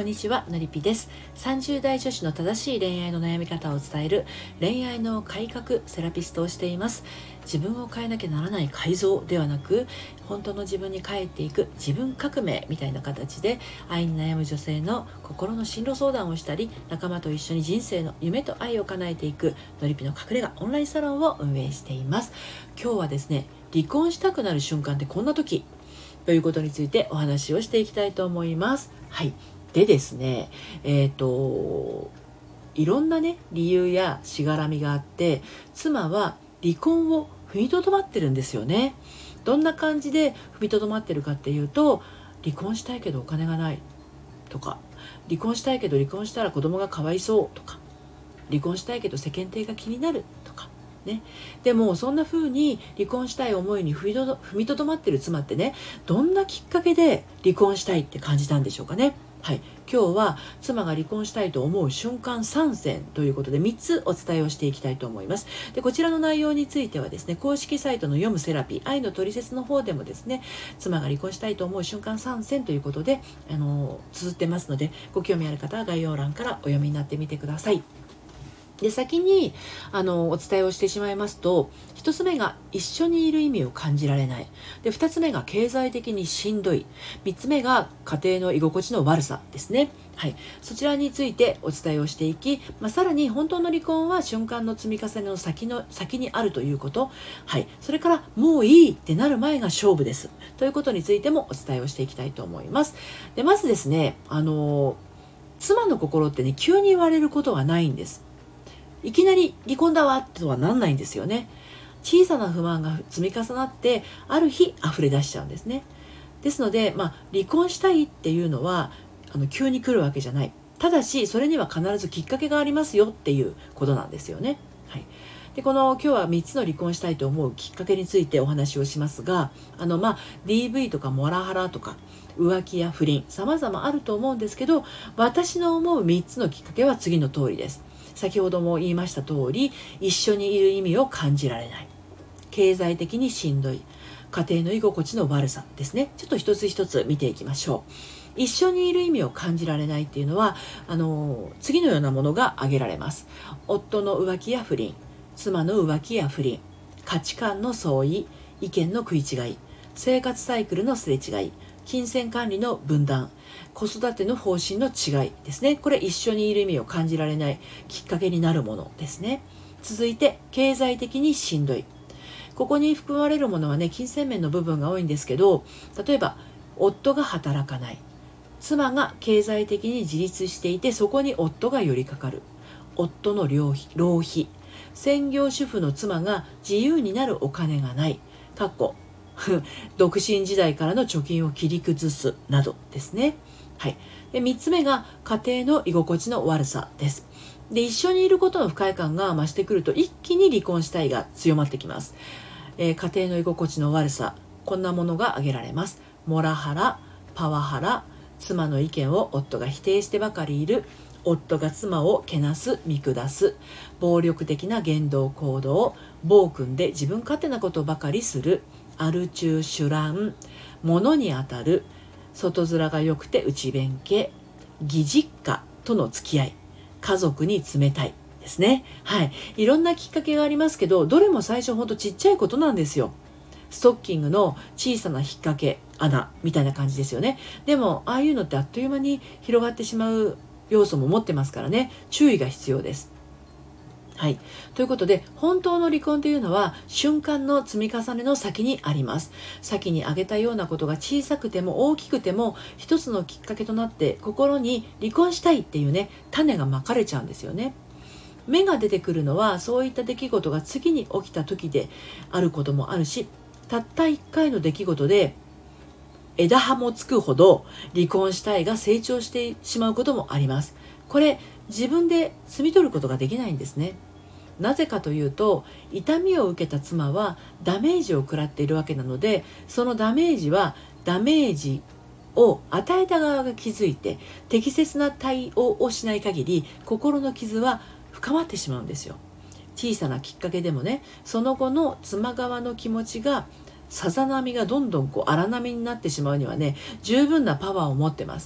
こんにちは、のりぴです。30代女子の正しい恋愛の悩み方を伝える恋愛の改革セラピストをしています。自分を変えなきゃならない改造ではなく、本当の自分に帰っていく自分革命みたいな形で愛に悩む女性の心の進路相談をしたり、仲間と一緒に人生の夢と愛を叶えていくのりぴの隠れ家オンラインサロンを運営しています。今日はですね、離婚したくなる瞬間ってこんな時ということについてお話をしていきたいと思います。はい。でですね、いろんなね理由やしがらみがあって、妻は離婚を踏みとどまってるんですよね。どんな感じで踏みとどまってるかっていうと、離婚したいけどお金がないとか、離婚したいけど離婚したら子供がかわいそうとか、離婚したいけど世間体が気になるとかね。でもそんな風に離婚したい思いに踏みとどまってる妻ってね、どんなきっかけで離婚したいって感じたんでしょうかね。はい、今日は妻が離婚したいと思う瞬間3選ということで3つお伝えをしていきたいと思います。でこちらの内容についてはですね、公式サイトの読むセラピー愛のトリセツの方でもですね、妻が離婚したいと思う瞬間3選ということで綴ってますので、ご興味ある方は概要欄からお読みになってみてください。で先にお伝えをしてしまいますと、1つ目が一緒にいる意味を感じられない。で2つ目が経済的にしんどい。3つ目が家庭の居心地の悪さですね。はい、そちらについてお伝えをしていき、さらに本当の離婚は瞬間の積み重ねの先にあるということ、はい、それからもういいってなる前が勝負ですということについてもお伝えをしていきたいと思います。でまずですね、妻の心ってね、急に言われることはないんです。いきなり離婚だわとはなんないんですよね。小さな不満が積み重なってある日溢れ出しちゃうんですね。ですので、離婚したいっていうのは急に来るわけじゃない。ただしそれには必ずきっかけがありますよっていうことなんですよね。はい。で今日は3つの離婚したいと思うきっかけについてお話をしますが、DV とかモラハラとか浮気や不倫様々あると思うんですけど、私の思う3つのきっかけは次の通りです。先ほども言いました通り、一緒にいる意味を感じられない、経済的にしんどい、家庭の居心地の悪さですね。ちょっと一つ一つ見ていきましょう。一緒にいる意味を感じられないっていうのは次のようなものが挙げられます。夫の浮気や不倫、妻の浮気や不倫、価値観の相違、意見の食い違い、生活サイクルのすれ違い、金銭管理の分断、子育ての方針の違いですね。これ一緒にいる意味を感じられないきっかけになるものですね。続いて経済的にしんどい。ここに含まれるものはね、金銭面の部分が多いんですけど、例えば夫が働かない、妻が経済的に自立していてそこに夫が寄りかかる、夫の浪費、専業主婦の妻が自由になるお金がない、独身時代からの貯金を切り崩すなどですね。はい。で3つ目が家庭の居心地の悪さです。で一緒にいることの不快感が増してくると、一気に離婚したいが強まってきます。家庭の居心地の悪さ、こんなものが挙げられます。モラハラ、パワハラ、妻の意見を夫が否定してばかりいる、夫が妻をけなす見下す、暴力的な言動行動、暴君で自分勝手なことばかりする、アル中酒乱、物に当たる、外面が良くて内弁慶、義実家との付き合い、家族に冷たいですね。はい。いろんなきっかけがありますけど、どれも最初ほんとちっちゃいことなんですよ。ストッキングの小さな引っ掛け穴みたいな感じですよね。でもああいうのってあっという間に広がってしまう要素も持ってますからね、注意が必要です。はい。ということで、本当の離婚というのは瞬間の積み重ねの先にあります。先に挙げたようなことが小さくても大きくても一つのきっかけとなって心に離婚したいっていうね、種がまかれちゃうんですよね。芽が出てくるのはそういった出来事が次に起きた時であることもあるし、たった1回の出来事で枝葉もつくほど離婚したいが成長してしまうこともあります。これ自分で摘み取ることができないんですね。なぜかというと、痛みを受けた妻はダメージを食らっているわけなので、そのダメージはダメージを与えた側が気づいて適切な対応をしない限り、心の傷は深まってしまうんですよ。小さなきっかけでもね、その後の妻側の気持ちがさざ波がどんどん荒波になってしまうにはね、十分なパワーを持ってます。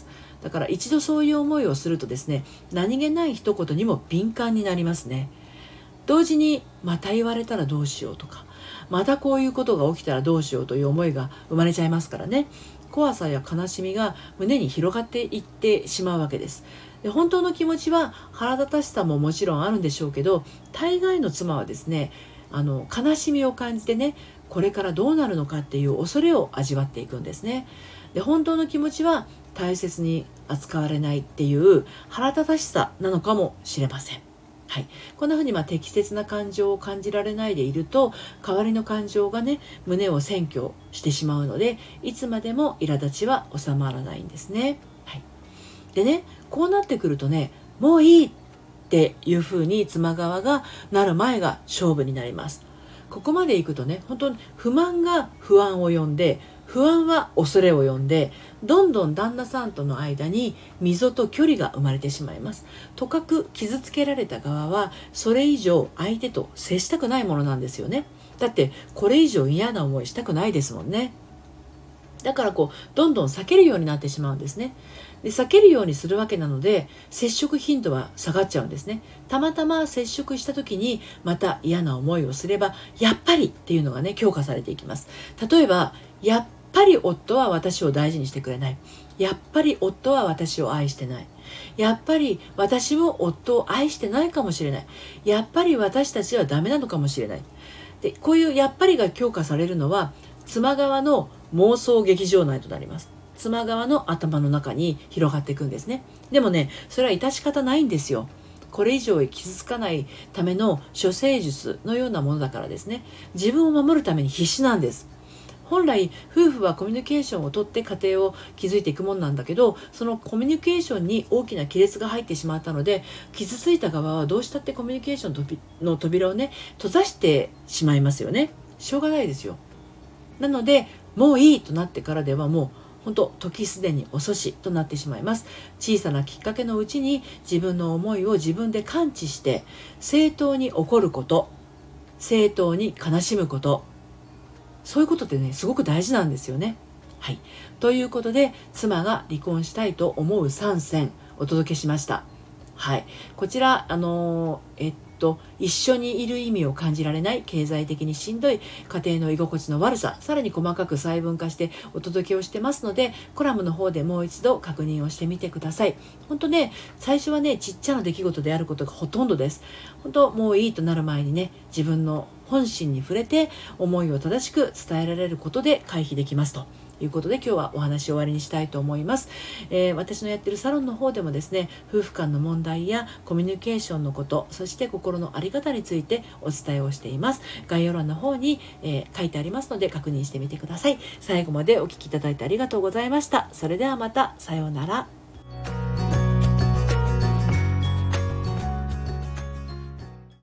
だから一度そういう思いをするとですね、何気ない一言にも敏感になりますね。同時にまた言われたらどうしようとか、またこういうことが起きたらどうしようという思いが生まれちゃいますからね。怖さや悲しみが胸に広がっていってしまうわけです。で、本当の気持ちは腹立たしさももちろんあるんでしょうけど、大概の妻はですね、悲しみを感じてね、これからどうなるのかっていう恐れを味わっていくんですね。で、本当の気持ちは大切に扱われないっていう腹立たしさなのかもしれません。はい、こんなふうに適切な感情を感じられないでいると、代わりの感情がね、胸を占拠してしまうので、いつまでも苛立ちは収まらないんですね。はい、でね、こうなってくるとね、もういいっていうふうに妻側がなる前が勝負になります。ここまでいくとね、本当に不満が不安を呼んで、不安は恐れを呼んで、どんどん旦那さんとの間に溝と距離が生まれてしまいます。とかく傷つけられた側はそれ以上相手と接したくないものなんですよね。だってこれ以上嫌な思いしたくないですもんね。だからどんどん避けるようになってしまうんですね。で、避けるようにするわけなので、接触頻度は下がっちゃうんですね。たまたま接触した時にまた嫌な思いをすれば、やっぱりっていうのがね、強化されていきます。例えば、やっぱり夫は私を大事にしてくれない。やっぱり夫は私を愛してない。やっぱり私も夫を愛してないかもしれない。やっぱり私たちはダメなのかもしれない。で、こういうやっぱりが強化されるのは、妻側の妄想劇場内となります。妻側の頭の中に広がっていくんですね。でもね、それは致し方ないんですよ。これ以上傷つかないための処世術のようなものだからですね。自分を守るために必死なんです。本来夫婦はコミュニケーションをとって家庭を築いていくもんなんだけど、そのコミュニケーションに大きな亀裂が入ってしまったので、傷ついた側はどうしたってコミュニケーションの扉をね、閉ざしてしまいますよね。しょうがないですよ。なので、もういいとなってからではもう本当時すでに遅しとなってしまいます。小さなきっかけのうちに自分の思いを自分で感知して、正当に怒ること、正当に悲しむこと、そういうことってね、すごく大事なんですよね。はい。ということで、妻が離婚したいと思う3選お届けしました。はい。こちら、一緒にいる意味を感じられない、経済的にしんどい、家庭の居心地の悪さ、さらに細かく細分化してお届けをしてますので、コラムの方でもう一度確認をしてみてください。本当ね、最初はね、ちっちゃな出来事であることがほとんどです。本当、もういいとなる前にね、自分の本心に触れて思いを正しく伝えられることで回避できますということで、今日はお話を終わりにしたいと思います。私のやってるサロンの方でもですね、夫婦間の問題やコミュニケーションのこと、そして心の在り方についてお伝えをしています。概要欄の方に、書いてありますので確認してみてください。最後までお聞きいただいてありがとうございました。それではまた、さようなら。